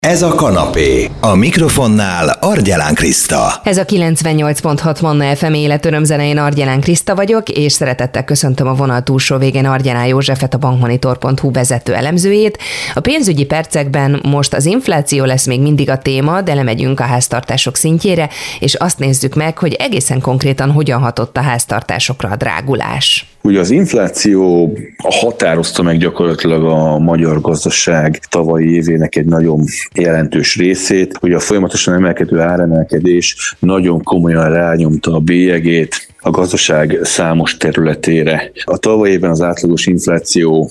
Ez a kanapé. A mikrofonnál Argyelán Kriszta. Ez a 98.6 Manna FM életörömzene, én Argyelán Kriszta vagyok, és szeretettel köszöntöm a vonal túlsó végén Argyelán Józsefet, a bankmonitor.hu vezető elemzőjét. A pénzügyi percekben most az infláció lesz még mindig a téma, de lemegyünk a háztartások szintjére, és azt nézzük meg, hogy egészen konkrétan hogyan hatott a háztartásokra a drágulás. Ugye az infláció határozta meg gyakorlatilag a magyar gazdaság tavalyi évének egy nagyon jelentős részét, hogy a folyamatosan emelkedő áremelkedés nagyon komolyan rányomta a bélyegét a gazdaság számos területére. A tavalyi évben az átlagos infláció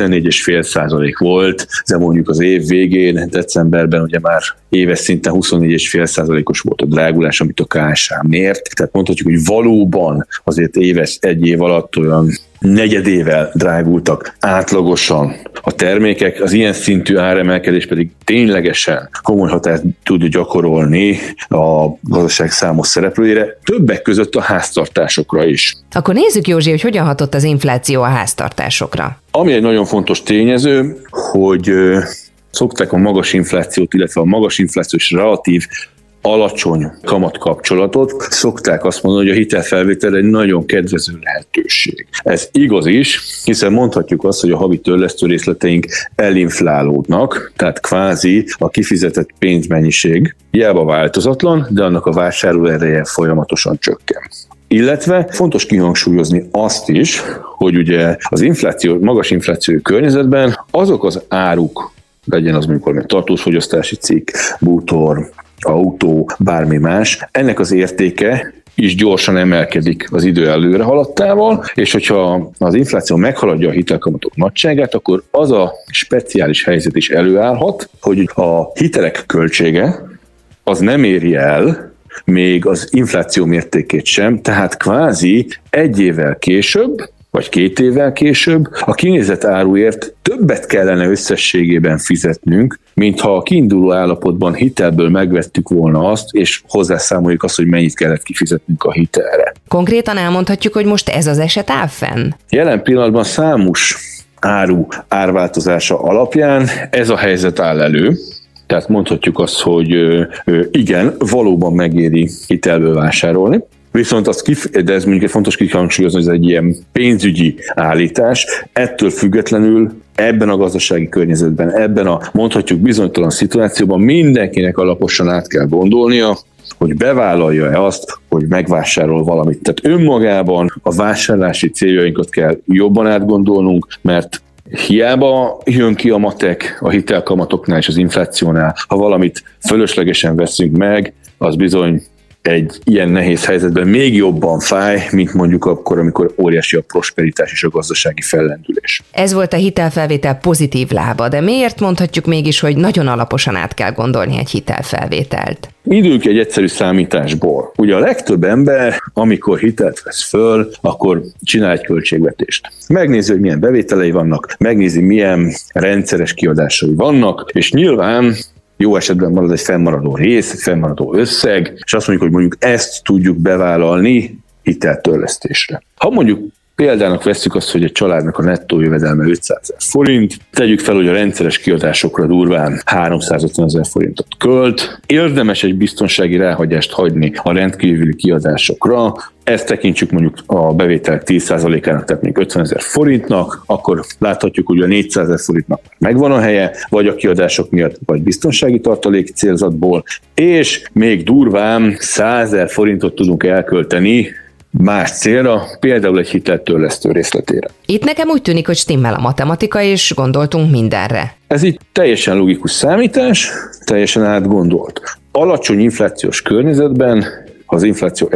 14,5% volt, de mondjuk az év végén, decemberben ugye már éves szinten 24,5%-os volt a drágulás, amit a KSH mért. Tehát mondhatjuk, hogy valóban azért egy év alatt olyan negyedével drágultak átlagosan a termékek, az ilyen szintű áremelkedés pedig ténylegesen komoly hatást tud gyakorolni a gazdaság számos szereplőjére, többek között a háztartásokra is. Akkor nézzük, Józsi, hogy hogyan hatott az infláció a háztartásokra. Ami egy nagyon fontos tényező, hogy szokták a magas inflációt, illetve a magas inflációs relatív alacsony kamatkapcsolatot, szokták azt mondani, hogy a hitelfelvétel egy nagyon kedvező lehetőség. Ez igaz is, hiszen mondhatjuk azt, hogy a havi törlesztő részleteink elinflálódnak, tehát kvázi a kifizetett pénzmennyiség hiába változatlan, de annak a vásárlóereje folyamatosan csökken. Illetve fontos kihangsúlyozni azt is, hogy ugye az infláció, magas infláció környezetben azok az áruk, legyen az mondjuk valami tartósfogyasztási cikk, bútor, autó, bármi más, ennek az értéke is gyorsan emelkedik az idő előre haladtával, és hogyha az infláció meghaladja a hitelkamatok nagyságát, akkor az a speciális helyzet is előállhat, hogy a hitelek költsége az nem éri el még az infláció mértékét sem, tehát kvázi egy évvel később, vagy 2 évvel később a kinézett áruért többet kellene összességében fizetnünk, mintha a kiinduló állapotban hitelből megvettük volna azt, és hozzászámoljuk azt, hogy mennyit kellett kifizetnünk a hitelre. Konkrétan elmondhatjuk, hogy most ez az eset áll fenn? Jelen pillanatban számos áru árváltozása alapján ez a helyzet áll elő. Tehát mondhatjuk azt, hogy igen, valóban megéri hitelből vásárolni. Viszont de ez mondjuk egy fontos kihangsúlyozni, hogy ez egy ilyen pénzügyi állítás. Ettől függetlenül ebben a gazdasági környezetben, ebben a mondhatjuk bizonytalan szituációban mindenkinek alaposan át kell gondolnia, hogy bevállalja-e azt, hogy megvásárol valamit. Tehát önmagában a vásárlási céljainkat kell jobban átgondolnunk, mert hiába jön ki a matek a hitelkamatoknál és az inflációnál, ha valamit fölöslegesen veszünk meg, az bizony egy ilyen nehéz helyzetben még jobban fáj, mint mondjuk akkor, amikor óriási a prosperitás és a gazdasági fellendülés. Ez volt a hitelfelvétel pozitív lába, de miért mondhatjuk mégis, hogy nagyon alaposan át kell gondolni egy hitelfelvételt? Indulunk egy egyszerű számításból. Ugye a legtöbb ember, amikor hitelt vesz föl, akkor csinál egy költségvetést. Megnézi, hogy milyen bevételei vannak, megnézi, milyen rendszeres kiadásai vannak, és nyilván jó esetben marad egy fennmaradó rész, egy fennmaradó összeg, és azt mondjuk, hogy mondjuk ezt tudjuk bevállalni hiteltörlesztésre. Ha mondjuk példának vesszük azt, hogy egy családnak a nettó jövedelme 500 000 forint, tegyük fel, hogy a rendszeres kiadásokra durván 350 000 forintot költ, érdemes egy biztonsági ráhagyást hagyni a rendkívüli kiadásokra, ezt tekintsük mondjuk a bevételek 10%-ának, tehát még 50 000 forintnak, akkor láthatjuk, hogy a 400 000 forintnak megvan a helye, vagy a kiadások miatt, vagy biztonsági tartalék célzatból, és még durván 100 000 forintot tudunk elkölteni más célra, például egy hiteltörlesztő részletére. Itt nekem úgy tűnik, hogy stimmel a matematika, és gondoltunk mindenre. Ez így teljesen logikus számítás, teljesen átgondolt. Alacsony inflációs környezetben az infláció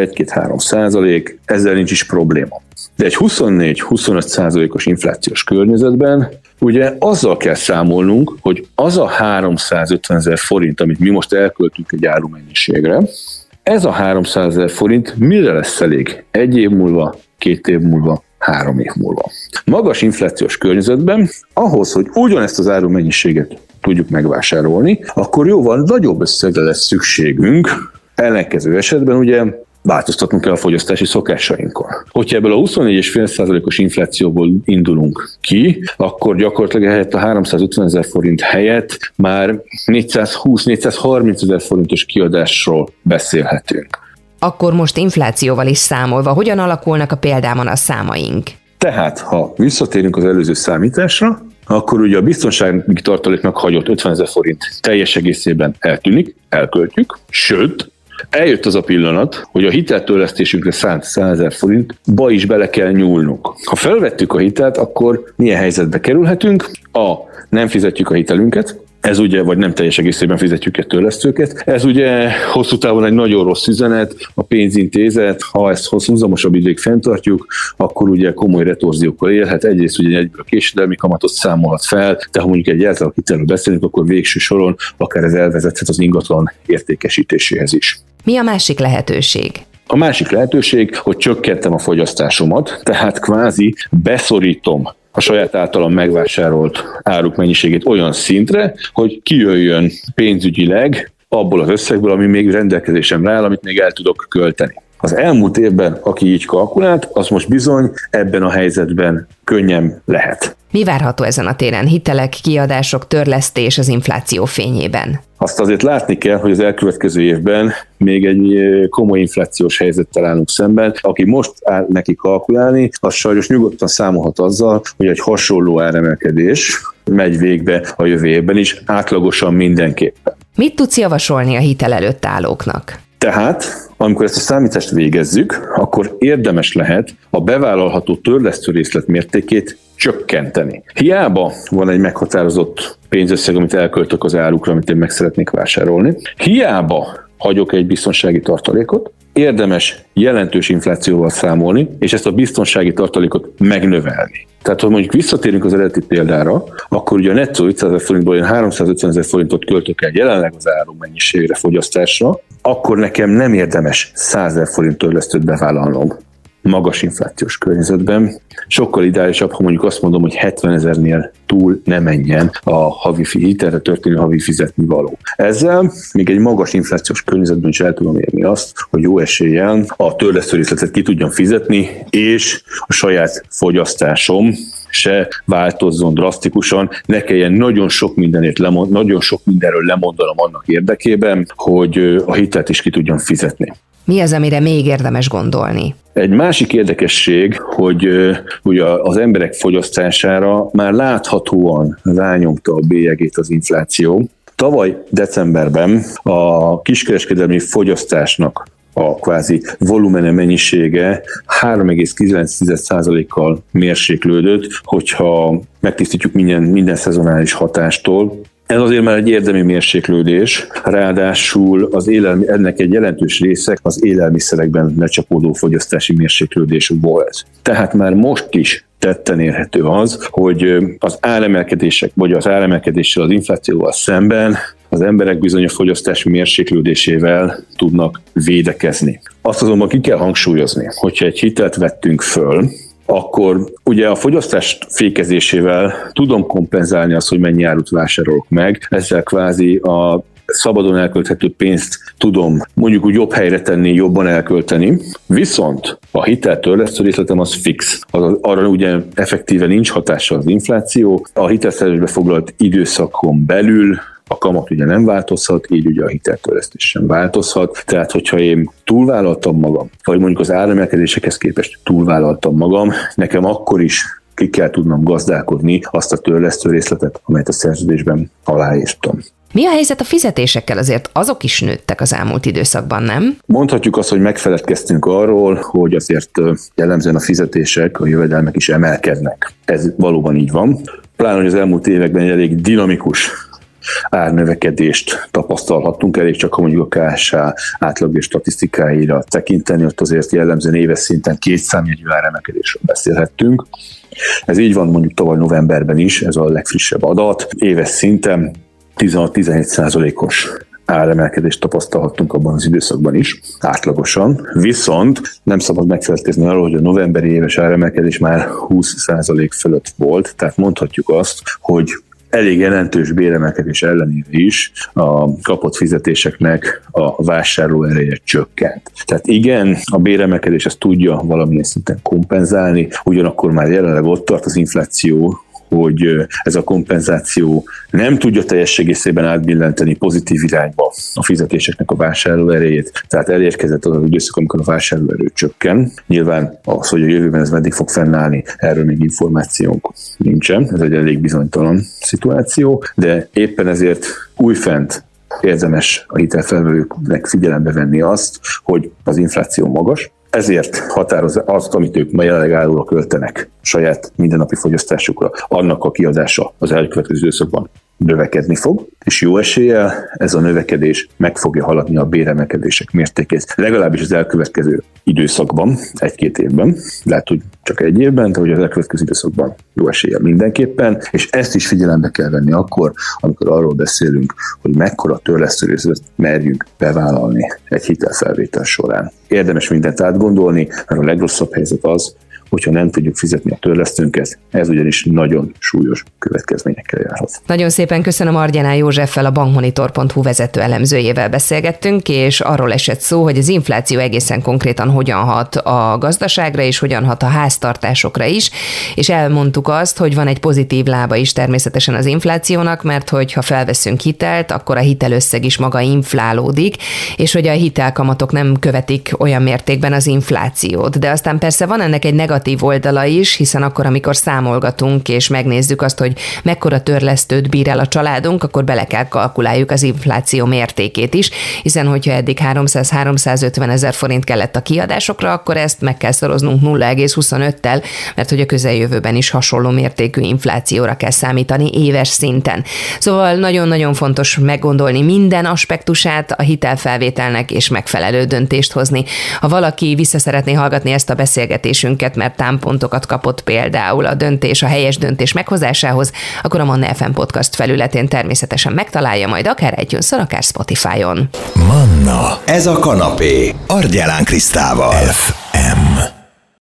1-2-3%, ezzel nincs is probléma. De egy 24-25%-os inflációs környezetben ugye azzal kell számolnunk, hogy az a 350 000 forint, amit mi most elköltünk egy árumennyiségre, ez a 300 000 forint mire lesz elég? 1 év múlva, 2 év múlva, 3 év múlva. Magas inflációs környezetben ahhoz, hogy ugyanezt az árumennyiséget tudjuk megvásárolni, akkor jóval nagyobb összegre lesz szükségünk. Ellenkező esetben ugye változtatnunk kell a fogyasztási szokásainkon. Hogyha ebből a 24,5%-os inflációból indulunk ki, akkor gyakorlatilag ehhez a 350 000 forint helyett már 420-430 000 forintos kiadásról beszélhetünk. Akkor most inflációval is számolva, hogyan alakulnak a példámon a számaink? Tehát, ha visszatérünk az előző számításra, akkor ugye a biztonsági tartaléknak hagyott 50 000 forint teljes egészében eltűnik, elköltjük, sőt, eljött az a pillanat, hogy a hiteltörlesztésünkre szánt 100 000 forintba is bele kell nyúlnunk. Ha felvettük a hitelt, akkor milyen helyzetbe kerülhetünk? Nem fizetjük a hitelünket, ez ugye, vagy nem teljes egészében fizetjük a törlesztőket. Ez ugye hosszú távon egy nagyon rossz üzenet, a pénzintézet, ha ezt húzamosabb ideig fenntartjuk, akkor ugye komoly retorziókkal élhet. Egyrészt ugye egyből késedelmi kamatot számolhat fel, de ha mondjuk egy eltalakítelről beszélünk, akkor végső soron akár ez elvezethet az ingatlan értékesítéséhez is. Mi a másik lehetőség? A másik lehetőség, hogy csökkentem a fogyasztásomat, tehát kvázi beszorítom a saját általam megvásárolt áruk mennyiségét olyan szintre, hogy kijöjjön pénzügyileg abból az összegből, ami még rendelkezésemre áll, amit még el tudok költeni. Az elmúlt évben, aki így kalkulált, az most bizony ebben a helyzetben könnyen lehet. Mi várható ezen a téren? Hitelek, kiadások, törlesztés az infláció fényében? Azt azért látni kell, hogy az elkövetkező évben még egy komoly inflációs helyzettel állunk szemben. Aki most áll neki kalkulálni, az sajnos nyugodtan számolhat azzal, hogy egy hasonló áremelkedés megy végbe a jövő évben is, átlagosan mindenképpen. Mit tudsz javasolni a hitel előtt állóknak? Tehát, amikor ezt a számítást végezzük, akkor érdemes lehet a bevállalható törlesztő részlet mértékét csökkenteni. Hiába van egy meghatározott pénzösszeg, amit elköltök az árukra, amit én meg szeretnék vásárolni, hiába hagyok egy biztonsági tartalékot, érdemes jelentős inflációval számolni, és ezt a biztonsági tartalékot megnövelni. Tehát, ha mondjuk visszatérünk az eredeti példára, akkor ugye a nettó 500 000 forintból én 350 000 forintot költök el jelenleg az áru mennyiségre, fogyasztásra, akkor nekem nem érdemes 100 000 forint törlesztőt bevállalnom magas inflációs környezetben. Sokkal ideálisabb, ha mondjuk azt mondom, hogy 70 000-nél túl ne menjen a havi hitelre történő havi fizetnivaló. Ezzel még egy magas inflációs környezetben is el tudom érni azt, hogy jó eséllyel a törlesztő részletet ki tudjam fizetni, és a saját fogyasztásom se változzon drasztikusan, ne kelljen nagyon sok mindenről lemondanom annak érdekében, hogy a hitelt is ki tudjam fizetni. Mi az, amire még érdemes gondolni? Egy másik érdekesség, hogy ugye az emberek fogyasztására már láthatóan rányomta a bélyegét az infláció. Tavaly decemberben a kiskereskedelmi fogyasztásnak a kvázi volumene mennyisége 3,9%-kal mérséklődött, hogyha megtisztítjuk minden szezonális hatástól. Ez azért már egy érdemi mérséklődés, ráadásul ennek egy jelentős része az élelmiszerekben lecsapódó fogyasztási mérséklődés volt. Tehát már most is tetten érhető az, hogy az áremelkedések, vagy az áremelkedéssel, az inflációval szemben az emberek bizony a fogyasztás mérséklődésével tudnak védekezni. Azt azonban ki kell hangsúlyozni, hogyha egy hitelt vettünk föl, akkor ugye a fogyasztás fékezésével tudom kompenzálni azt, hogy mennyi árut vásárolok meg, ezzel kvázi a szabadon elkölthető pénzt tudom mondjuk úgy jobb helyre tenni, jobban elkölteni, viszont a hiteltörlesztő részletem az fix. Arra ugye effektíven nincs hatása az infláció, a hitelszerzésbe foglalt időszakon belül a kamat ugye nem változhat, így ugye a hiteltörlesztés sem változhat. Tehát, hogyha én túlvállaltam magam, vagy mondjuk az áremelkedésekhez képest túlvállaltam magam, nekem akkor is ki kell tudnom gazdálkodni azt a törlesztő részletet, amelyet a szerződésben aláírtam. Mi a helyzet a fizetésekkel? Azért azok is nőttek az elmúlt időszakban, nem? Mondhatjuk azt, hogy megfeledkeztünk arról, hogy azért jellemzően a fizetések, a jövedelmek is emelkednek. Ez valóban így van. Pláne, hogy az elmúlt években egy elég dinamikus árnövekedést tapasztalhattunk, elég csak ha mondjuk a KSH átlagos statisztikáira tekinteni, ott azért jellemzően éves szinten 2 számjegyű áremelkedésről beszélhettünk. Ez így van mondjuk tavaly novemberben is, ez a legfrissebb adat. Éves szinten 16-17%-os áremelkedést tapasztalhattunk abban az időszakban is, átlagosan. Viszont nem szabad megfelelkezni arról, hogy a novemberi éves áremelkedés már 20% fölött volt, tehát mondhatjuk azt, hogy elég jelentős béremelkedés ellenére is a kapott fizetéseknek a vásárlóereje csökkent. Tehát igen, a béremelkedés ezt tudja valamilyen szinten kompenzálni, ugyanakkor már jelenleg ott tart az infláció, hogy ez a kompenzáció nem tudja teljes egészében átbillenteni pozitív irányba a fizetéseknek a vásárlóerejét, tehát elérkezett az időszak, amikor a vásárlóerő csökken. Nyilván az, hogy a jövőben ez meddig fog fennállni, erről még információnk nincsen, ez egy elég bizonytalan szituáció, de éppen ezért újfent érdemes a hitelfelvevőknek figyelembe venni azt, hogy az infláció magas, ezért határoz azt, amit ők ma jelenleg árulra költenek saját mindennapi fogyasztásukra, annak a kiadása az elkövetkező időszakban növekedni fog, és jó eséllyel ez a növekedés meg fogja haladni a béremelkedések mértékét. Legalábbis az elkövetkező időszakban, 1-2 évben, lehet, hogy csak 1 évben, de hogy az elkövetkező időszakban jó eséllyel mindenképpen, és ezt is figyelembe kell venni akkor, amikor arról beszélünk, hogy mekkora törlesztőrészlet merjünk bevállalni egy hitelfelvétel során. Érdemes mindent átgondolni, mert a legrosszabb helyzet az, hogyha nem tudjuk fizetni a törlesztőnket, ez ugyanis nagyon súlyos következményekkel járhat. Nagyon szépen köszönöm, Argyelán Józseffel, a bankmonitor.hu vezető elemzőjével beszélgettünk, és arról esett szó, hogy az infláció egészen konkrétan hogyan hat a gazdaságra, és hogyan hat a háztartásokra is, és elmondtuk azt, hogy van egy pozitív lába is természetesen az inflációnak, mert hogyha felveszünk hitelt, akkor a hitelösszeg is maga inflálódik, és hogy a hitelkamatok nem követik olyan mértékben az inflációt. De aztán persze van ennek egy negatív oldala is, hiszen akkor, amikor számolgatunk és megnézzük azt, hogy mekkora törlesztőt bír el a családunk, akkor bele kell kalkuláljuk az infláció mértékét is, hiszen hogyha eddig 300-350 ezer forint kellett a kiadásokra, akkor ezt meg kell szoroznunk 0,25-tel, mert hogy a közeljövőben is hasonló mértékű inflációra kell számítani éves szinten. Szóval nagyon-nagyon fontos meggondolni minden aspektusát a hitelfelvételnek és megfelelő döntést hozni. Ha valaki vissza szeretné hallgatni ezt a beszélgetésünket, mert támpontokat kapott például a helyes döntés meghozásához, akkor a Manna FM podcast felületén természetesen megtalálja, majd akár iTunes-on, akár Spotify-on. Manna, ez a kanapé, Argyelán Krisztával.